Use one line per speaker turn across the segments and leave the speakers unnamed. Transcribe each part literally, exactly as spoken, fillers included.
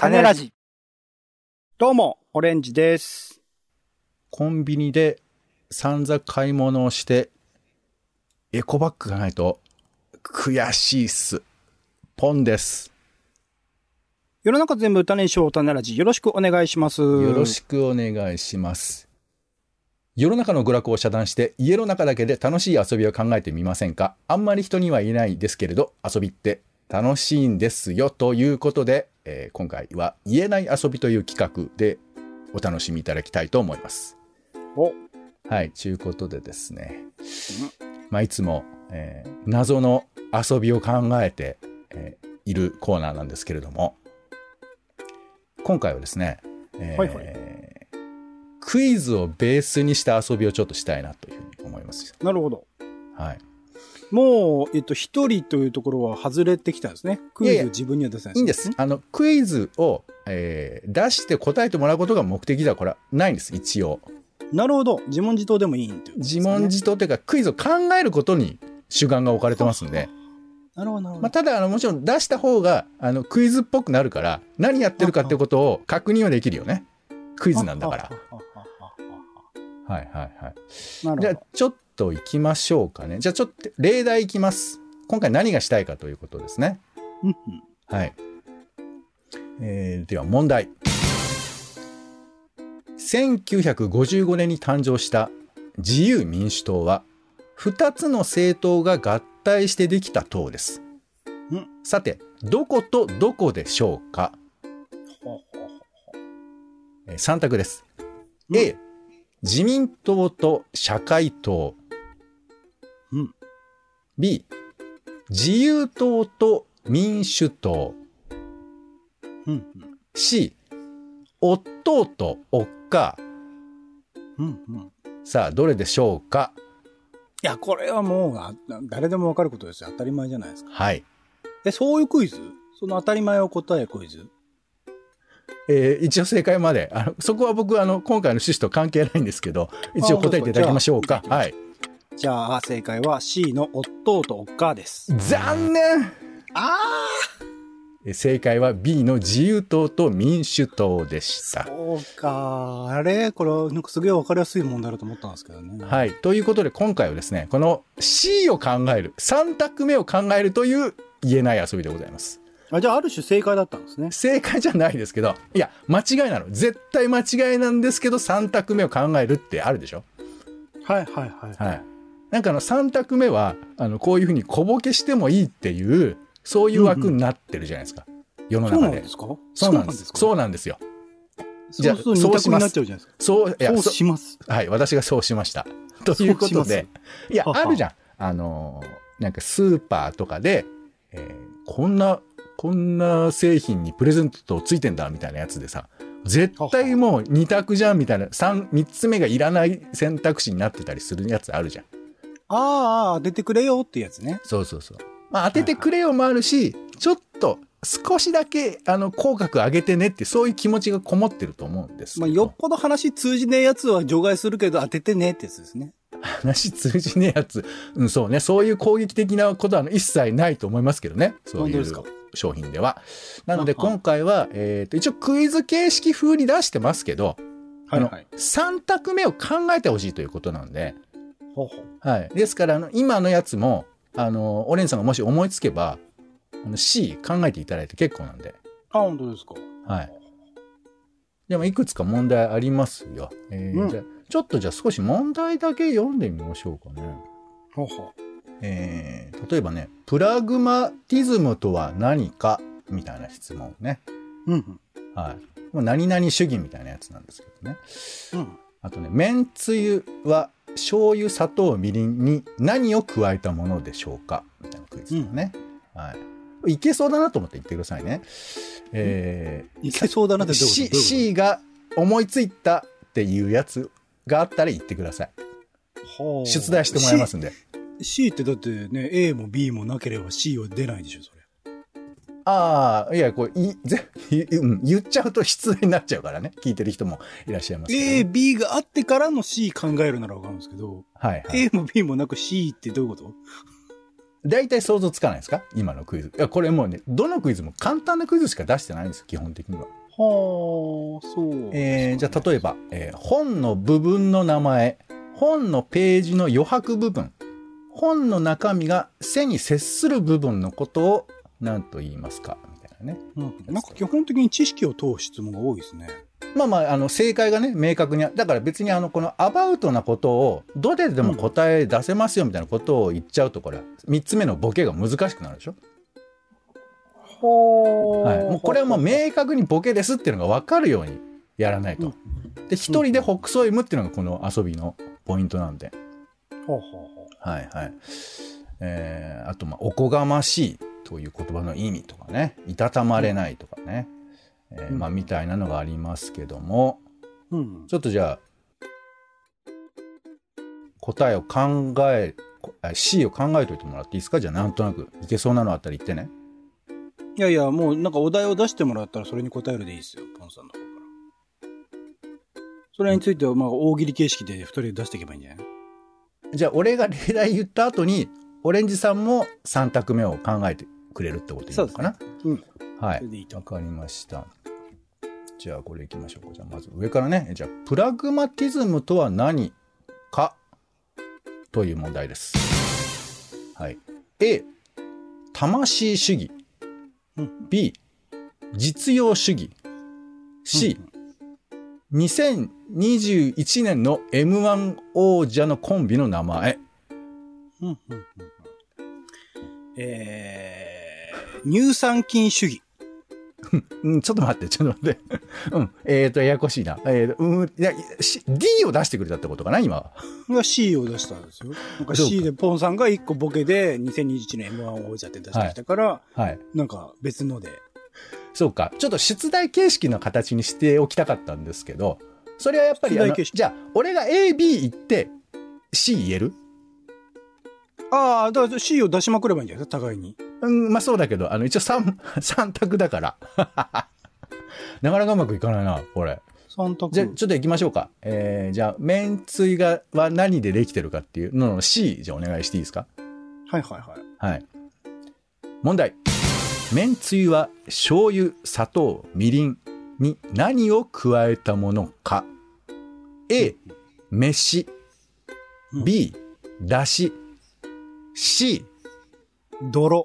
種ラジ。どうも、オレンジです。
コンビニで散々買い物をして、エコバッグがないと悔しいっす。ポンです。
世の中全部種にしよう種ラジ。よろしくお願いします。
よろしくお願いします。世の中の娯楽を遮断して家の中だけで楽しい遊びを考えてみませんか？あんまり人には言えないですけれど、遊びって楽しいんですよということで、えー、今回は言えない遊びという企画でお楽しみいただきたいと思います。
お
はい、ということでですね、まあ、いつも、えー、謎の遊びを考えて、えー、いるコーナーなんですけれども、今回はですね、えーはいはい、クイズをベースにした遊びをちょっとしたいなというふうに思います。
なるほど。
はい。
もう、えっと、一人というところは外れてきたんですね。クイズを自分には出せないです、ね。
いいんです。あの、クイズを、えー、出して答えてもらうことが目的ではこれはないんです、一応。
なるほど。自問自答でもいいんという、ね。
自問自答というか、クイズを考えることに主眼が置かれてますんで。
なるほど、なるほど。
まあ、ただ、あの、もちろん出した方が、あの、クイズっぽくなるから、何やってるかってことを確認はできるよね。クイズなんだから。はいはいはい。なるほど。じゃあ、ちょっと行きましょうかね。じゃあ、ちょっと、例題いきます。今回何がしたいかということですね。はい。えー、では、問題。せんきゅうひゃくごじゅうごねんに誕生した自由民主党は、ふたつの政党が合体してできた党です。さて、どことどこでしょうか？さん択です。A、自民党と社会党。
うん、
B、自由党と民主党。
うん、
C、夫とおっか。
うんうん、
さあ、どれでしょうか？
いや、これはもう、誰でもわかることですよ。当たり前じゃないですか。
はい。
え、そういうクイズ？その当たり前を答えるクイズ？
えー、一応正解まで。あの、そこは僕、あの、今回の趣旨と関係ないんですけど、一応答えていただきましょうか。はい。
じゃあ、正解は C の夫とおっかです。
残念！
あ
ー！正解は B の自由党と民主党でした。
そうか。あれこれ、なんかすげえわかりやすい問題だと思ったんですけどね。
はい。ということで、今回はですね、この C を考える、さん択目を考えるという言えない遊びでございます。
あ、じゃあ、ある種正解だったんですね。
正解じゃないですけど、いや、間違いなの。絶対間違いなんですけど、さん択目を考えるってあるでしょ？
はいはいはい。
はい。なんかあの、さん択目は、あの、こういうふうに小ボケしてもいいっていう、そういう枠になってるじゃないですか。うんうん、世の中で。
そうなんですか？
そうなんです。そうなんですよ。
じゃあ、そうします。
そう、いや、
そうします。
はい、私がそうしました。ということで、いや、あるじゃん。あの、なんかスーパーとかで、えー、こんな、こんな製品にプレゼントついてんだみたいなやつでさ、絶対もうに択じゃんみたいな、三、三つ目がいらない選択肢になってたりするやつあるじゃん。
ああ、当ててくれよってやつね。
そうそうそう。まあ当ててくれよもあるし、はいはい、ちょっと少しだけあの口角上げてねってそういう気持ちがこもってると思うんですけど。
まあよっぽど話通じねえやつは除外するけど当ててねってやつですね。
話通じねえやつ、うん、そうね、そういう攻撃的なことは一切ないと思いますけどね。そういう商品では。なので今回は、えっと、一応クイズ形式風に出してますけど、はいはい、あの、さん択目を考えてほしいということなんで、
ほうほう、
はい。ですから、あの、今のやつも、あの、オレンさんがもし思いつけば、あの C 考えていただいて結構なんで。
あ、本当ですか。
はい。でもいくつか問題ありますよ。えーうん、じゃちょっとじゃあ少し問題だけ読んでみましょうかね。
ほうほう。
えー、例えばね、プラグマティズムとは何かみたいな質問ね。
うん、うん。
はい。もう何々主義みたいなやつなんですけどね。
うん。
あとね、めんつゆは醤油、砂糖、みりんに何を加えたものでしょうかみたいなクイズだね。うん、はい。いけそうだなと思って言ってくださいね。え
ー、いけそうだなってどういうこと？
C, C が思いついたっていうやつがあったら言ってください。はあ、出題してもらいますんで。
C, C ってだってね、A も B もなければ C は出ないでしょ、それ。
ああ、いや、これ、い、ぜ、うん、言っちゃうと失礼になっちゃうからね。聞いてる人もいらっしゃいますけど、ね。
A、B があってからの C 考えるならわかるんですけど。
はい、はい。
A も B もなく C ってどういうこと？
大体想像つかないですか今のクイズ。いや、これもうね、どのクイズも簡単なクイズしか出してないんですよ、基本的には。
はあ、そう、ね。
えー、じゃあ例えば、えー、本の部分の名前、本のページの余白部分、本の中身が背に接する部分のことを何と言いますかみたいなね。
うん、なんか基本的に知識を問う質問が多いですね。
まあまあ、あの、正解がね、明確に、だから別にあの、このアバウトなことを、どれでも答え出せますよみたいなことを言っちゃうと、これ、三つ目のボケが難しくなるでしょ。
ほー。
はい。もうこれはもう明確にボケですっていうのが分かるようにやらないと。うん、で、一人でほくそ笑むっていうのがこの遊びのポイントなんで。
ほうほうほう。
はいはい。えー、あと、まあ、おこがましいという言葉の意味とかね、いたたまれないとかね。うんえーまあ、みたいなのがありますけども、うん、ちょっとじゃあ答えを考え C を考えておいてもらっていいですか。じゃあなんとなくいけそうなのあったら言ってね。
いやいや、もうなんかお題を出してもらったらそれに答えるでいいですよ、ポンさんの方から。それについてはまあ大喜利形式でふたりで出していけばいいんじゃないの。
じゃあ俺が例題言った後にオレンジさんもさん択目を考えてくれるってことでいいのかな。
そうですね。
うん、はい。わかりました。じゃあこれいきましょうか。じゃあまず上からね。じゃあプラグマティズムとは何かという問題です。はい。A、魂主義。B、実用主義。C、にせんにじゅういちねんの エムワン 王者のコンビの名前。
えー、乳酸菌主義。
うん、ちょっと待って、ちょっと待って。うん。えっと、ややこしいな。えーと、うん、いや、D を出してくれたってことかな、今は。
が C を出したんですよ。なんか C でポンさんがいっこボケでにせんにじゅういちねん エムワン 王者って出してきたから、はい。はい、なんか別ので。
そうか。ちょっと出題形式の形にしておきたかったんですけど、それはやっぱり、あのじゃあ、俺が A、B 言って、C 言える？
ああ、だから C を出しまくればいいんじゃないですか、互いに。
うん、まあそうだけど、あの、一応三、三択だから。なかなかうまくいかないな、これ。
三択。
じゃあ、ちょっと行きましょうか。えー、じゃあ、めんつゆが、は何でできてるかっていうのの C、じゃあお願いしていいですか？
はいはいはい。
はい。問題。めんつゆは醤油、砂糖、みりんに何を加えたものか。A、飯。B、だし。C、
泥。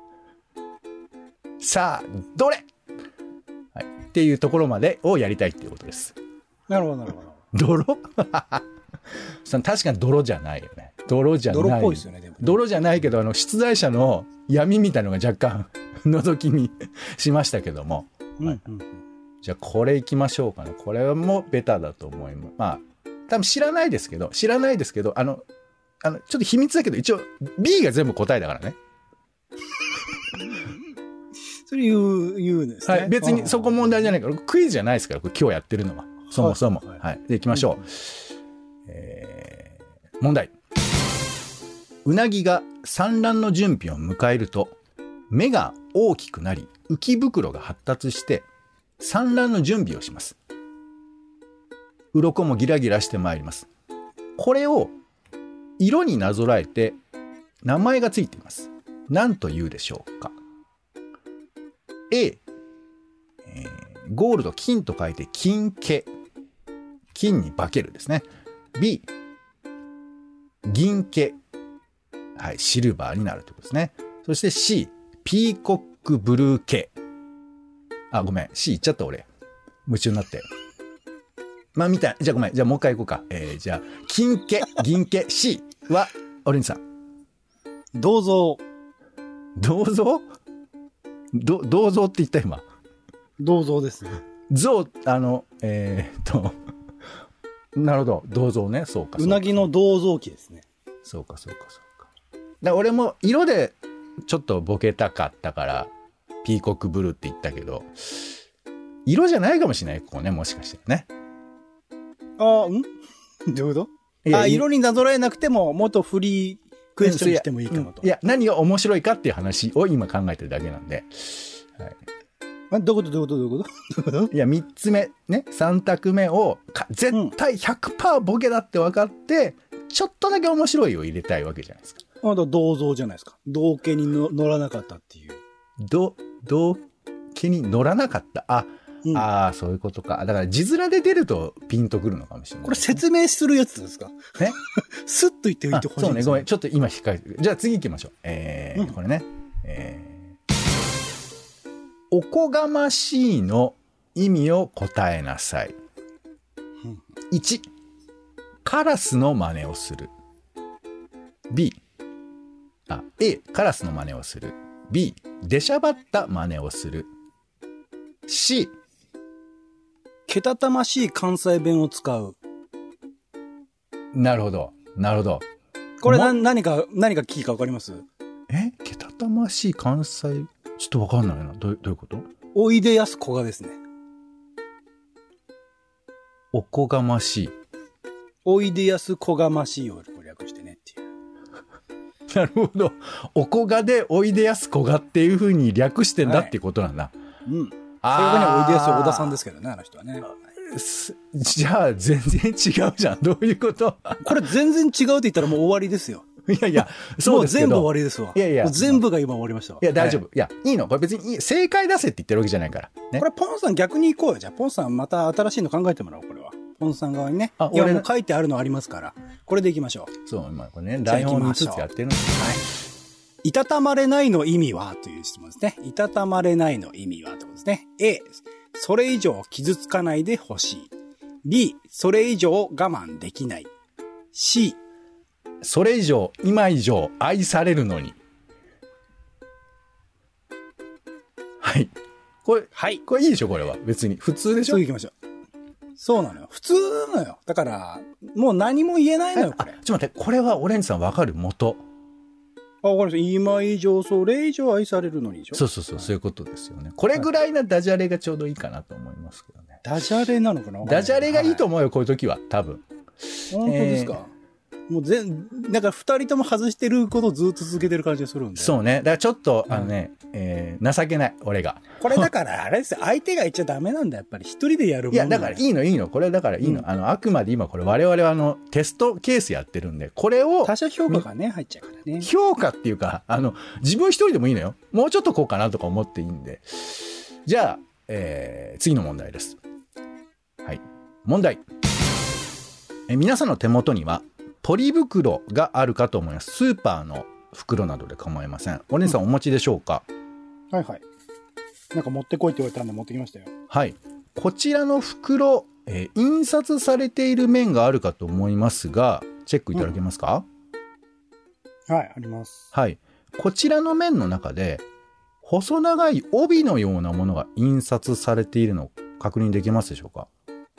さあ、どれ？はい。っていうところまでをやりたいっていうことです。
なるほど、なるほど。
泥確かに泥じゃないよね。泥じゃない。
泥っぽいですよね、でも。
泥じゃないけど、あの、出題者の闇みたいなのが若干覗き見しましたけども。うんうんうん、じゃあ、これいきましょうかね。これもベタだと思います。まあ、多分知らないですけど、知らないですけど、あの、あの、ちょっと秘密だけど、一応 B が全部答えだからね。
それ言う、言うんですね。
はい。別にそこ問題じゃないから、クイズじゃないですから、今日やってるのは。そもそも。はい。はいはい、で、行きましょう。うん、えー、問題。うなぎが産卵の準備を迎えると、目が大きくなり、浮き袋が発達して、産卵の準備をします。鱗もギラギラしてまいります。これを、色になぞらえて名前がついています。何と言うでしょうか。 A、えー、ゴールド、金と書いて金気。金に化けるですね。B、銀気。はい、シルバーになるということですね。そして C、ピーコックブルー系。あ、ごめん。C 言っちゃった俺。夢中になって。まあ、みたい。じゃあごめん。じゃあもう一回行こうか。えー、じゃあ、金気、銀気、C は、オレンジさん。
銅像。
銅像？ど、銅像って言った今。
銅像ですね。
像、あの、えー、っと、なるほど。銅像ね。そうか。
うなぎの銅像機ですね。
そうか、そうか、そうか。だ俺も色でちょっとボケたかったから、ピーコックブルーって言ったけど、色じゃないかもしれない、ここね、もしかしてね。
ああ、んどういうことあ、色になぞらえなくても、もっとフリークエスチョンしてもいいかもと。
いや、何が面白いかっていう話を今考えてるだけなんで。はい。
あ、どういうことどういうことどういうことどういうこと
いや、三つ目、ね、三択目を、絶対 ひゃくパーセント ボケだって分かって、うん、ちょっとだけ面白いを入れたいわけじゃないですか。
まだ銅像じゃないですか。道家にの乗らなかったっていう。
ど、道家に乗らなかった。あ、うん、ああ、そういうことか。だから字面で出るとピンとくるのかもしれない。
これ説明するやつですか？
え
スッと言っておいてほしい。
そうね、ごめん。ちょっと今引っ掛けて。じゃあ次行きましょう。えー、うん、これね。えー、おこがましいの意味を答えなさい。うん、いち、カラスの真似をする。B、あ、A、カラスの真似をする。B、出しゃばった真似をする。C、
けたたましい関西弁を使う。
なるほど。なるほど。
これな、何か、何かキーかわかります？
えけたたましい関西、ちょっとわかんないな。どう、どういうこと？
おいでやすこがですね。
おこがましい。
おいでやすこがましいを略してねっていう。
なるほど。おこがでおいでやすこがっていう風に略してんだっていうことなんだ。はい、
うん。正確にはおいでやす小田さんですけどね、あの人はね。
じゃあ全然違うじゃん。どういうこと？
これ全然違うって言ったらもう終わりですよ。
いやいや、そうですけど。
もう全部終わりですわ。
いやいや。
全部が今終わりましたわ。
いや、大丈夫。はい、いや、いいの。これ別にいい正解出せって言ってるわけじゃないから。ね、
これポンさん逆に行こうよ。じゃあポンさんまた新しいの考えてもらおう、これは。ポンさん側にね。あ、いやもう書いてあるのありますから。これでいきましょ
う。そう、今これね、台本につつやってるんです。
はい。いたたまれないの意味はという質問ですね。いたたまれないの意味はということですね。A、それ以上傷つかないでほしい。B、それ以上我慢できない。C、
それ以上、今以上愛されるのに。はい。これ、はい。これいいでしょこれは。別に。普通でしょ？
次行きましょう。そうなのよ。普通なのよ。だから、もう何も言えないのよ、これ。
ちょっと待って、これはオレンジさんわかる？元。
あ、わかりました。今以上、それ以上愛されるのにでしょ？
そうそうそう、そういうことですよね。これぐらいなダジャレがちょうどいいかなと思いますけどね。
ダジャレなのかな？
ダジャレがいいと思うよ、はい、こういう時は。多分。
本当ですか？えー、もう全、なんか二人とも外してることをずっと続けてる感じがするんで。
そうね。だからちょっと、あのね、うん、えー、情けない、俺が。
これだからあれですよ。相手が言っちゃダメなんだ、やっぱり。一人でやるもん。
いや、だからいいの、いいの。これだからいいの。うん、あの、あくまで今これ我々はあの、テストケースやってるんで、これを。
他者評価がね、入っちゃうからね。
評価っていうか、あの、自分一人でもいいのよ。もうちょっとこうかなとか思っていいんで。じゃあ、えー、次の問題です。はい。問題。え、皆さんの手元には、ポリ袋があるかと思います。スーパーの袋などで構いません。お姉さんお持ちでしょうか？
うん、はいはい。なんか持ってこいって言われたんで持ってきましたよ。
はい。こちらの袋、えー、印刷されている面があるかと思いますが、チェックいただけますか？
うん、はい、あります。
はい。こちらの面の中で、細長い帯のようなものが印刷されているのを確認できますでしょうか？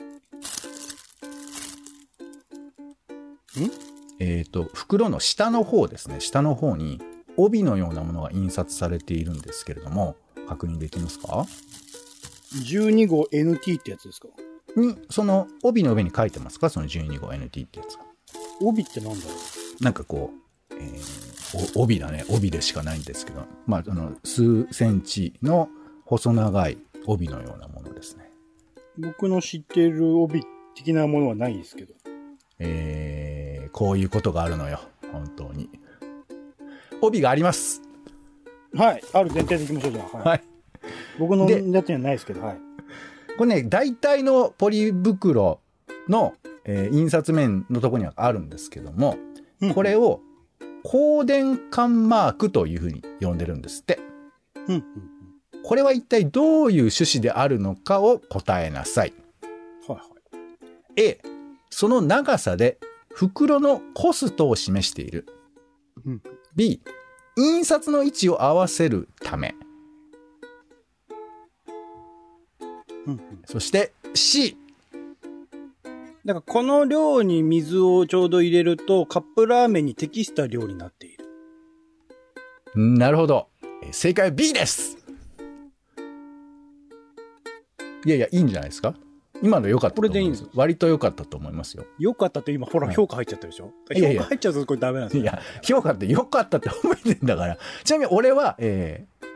ん
えっと、袋の下の方ですね。下の方に帯のようなものが印刷されているんですけれども、確認できますか？
じゅうに号エヌティー ってやつですか？
に、その帯の上に書いてますか？その じゅうに号エヌティー ってやつが。
帯ってなんだろ
う？なんかこう、えー、帯だね。帯でしかないんですけど、まあ、あの、数センチの細長い帯のようなものですね。
僕の知っている帯的なものはないですけど。
えー、こういうことがあるのよ。本当に。帯があります。
はい。ある前提でいきましょう、じゃあ。はい。はい、僕のやつにはないですけど、はい。
これね、大体のポリ袋の、えー、印刷面のところにはあるんですけども、うん、これを光電管マークというふうに呼んでるんですって。
うんうん、
これは一体どういう趣旨であるのかを答えなさい。
はいはい。
A、その長さで袋のコストを示している。
うん、
B、印刷の位置を合わせるため。
うんうん、
そして C。
だからこの量に水をちょうど入れるとカップラーメンに適した量になっている。
なるほど。正解は B です。いやいや、いいんじゃないですか？今の良かったと思います。これでいいんです。割と良かったと思いますよ。
良かったって今、ほら、評価入っちゃったでしょ？いやいや、評価入っちゃうとこれダメなんですよ。
いや、評価って良かったって褒めてんだから。ちなみに俺は、えー、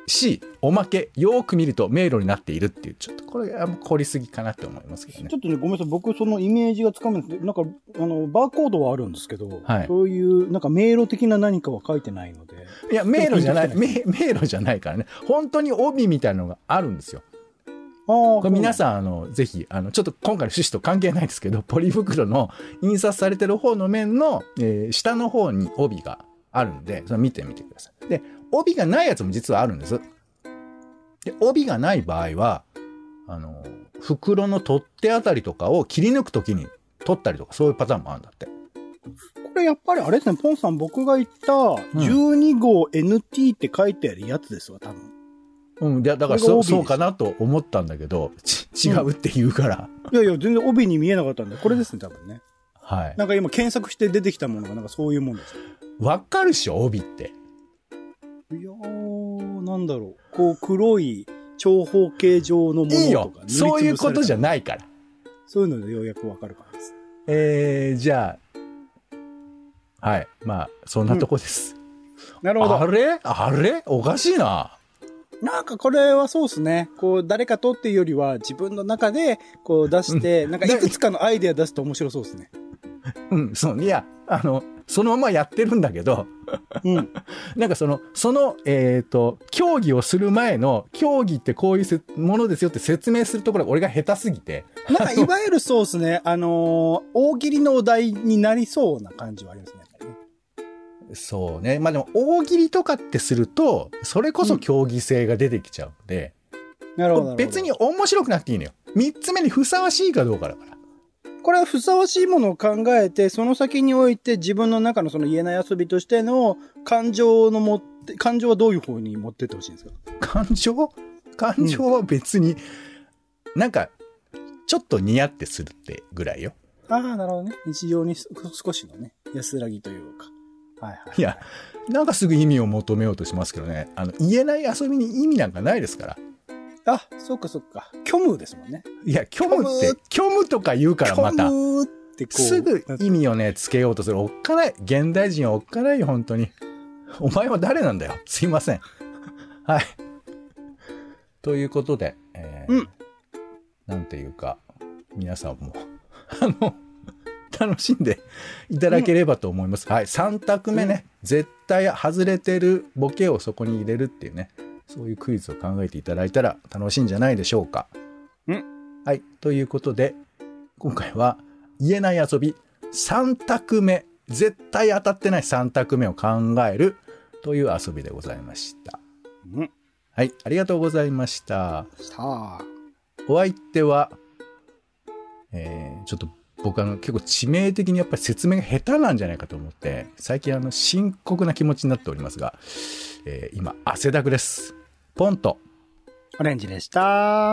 し、おまけ、よーく見ると迷路になっているっていう、ちょっとこれが凝りすぎかなって思いますけどね。
ちょっとね、ごめんなさい。僕、そのイメージがつかめないんですけど、なんか、あの、バーコードはあるんですけど、
はい、
そういう、なんか迷路的な何かは書いてないので。
いや、迷路じゃない、迷路じゃないからね。本当に帯みたいなのがあるんですよ。これ皆さん、あの、ぜひ、あの、ちょっと今回の趣旨と関係ないですけど、ポリ袋の印刷されてる方の面の、えー、下の方に帯があるんで、それ見てみてください。で、帯がないやつも実はあるんです。で、帯がない場合は、あの、袋の取っ手あたりとかを切り抜くときに取ったりとか、そういうパターンもあるんだって。
これやっぱりあれですね、ポンさん、僕が言ったじゅうに号 エヌティー って書いてあるやつですわ、多分。
うん、だからそ う, そうかなと思ったんだけど、違うって言うから、
うん。いやいや、全然帯に見えなかったんで、これですね、多分ね。
はい。
なんか今検索して出てきたものが、なんかそういうもんです。
わかるっしょ、帯って。
いやー、なんだろう。こう、黒い長方形状のものとか。いいよ。
そういうことじゃないから。
そういうのでようやくわかるからです。
えー、じゃあ、はい。まあ、そんなとこです。
うん、なるほど。
あれあれおかしいな。
なんかこれはそうですね。こう、誰かとっていうよりは自分の中でこう出して、うん、なんかいくつかのアイデア出すと面白そうですね。
うん、そう。いや、あの、そのままやってるんだけど、うん、なんかその、その、えっと、競技をする前の、競技ってこういうものですよって説明するところが俺が下手すぎて。
なんかいわゆるそうですね、あのー、大喜利のお題になりそうな感じはありますね。
そうね。まあでも、大喜利とかってすると、それこそ競技性が出てきちゃうんで、
うん、なるほど。
別に面白くなくていいのよ。三つ目にふさわしいかどうかだから。
これはふさわしいものを考えて、その先において自分の中のその言えない遊びとしての感情の持って、感情はどういう方に持ってってほしいんですか？
感情感情は別に、うん、なんか、ちょっとニヤってするってぐらいよ。
ああ、なるほどね。日常に少しのね、安らぎというか。はいはい。
いや、なんかすぐ意味を求めようとしますけどね。あの、言えない遊びに意味なんかないですから。
あ、そっかそっか。虚無ですもんね。
いや、虚無って、虚無とか言うからまた。
虚無ってこう。
すぐ意味をね、つけようとする。おっかない。現代人はおっかないよ、本当に。お前は誰なんだよ。すいません。はい。ということで、えー、うん。なんていうか、皆さんも、あの、楽しんでいただければと思います。うん、はい。さん択目ね、うん、絶対外れてるボケをそこに入れるっていうね、そういうクイズを考えていただいたら楽しいんじゃないでしょうか。
うん。
はい。ということで、今回は言えない遊びさん択目、絶対当たってないさん択目を考えるという遊びでございました。
うん。
はい。ありがとうございました。
さあ。
お相手は、えー、ちょっと僕あの結構致命的にやっぱり説明が下手なんじゃないかと思って最近あの深刻な気持ちになっておりますが、えー、今汗だくです。ポンと
オレンジでした。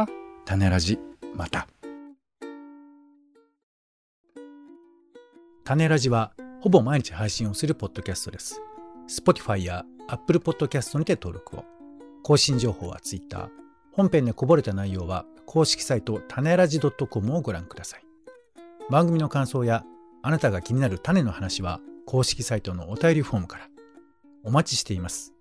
種ラジまた。種ラジはほぼ毎日配信をするポッドキャストです。 Spotify や Apple Podcast にて登録を。更新情報は Twitter、 本編でこぼれた内容は公式サイト種ラジ .com をご覧ください。番組の感想やあなたが気になる種の話は公式サイトのお便りフォームからお待ちしています。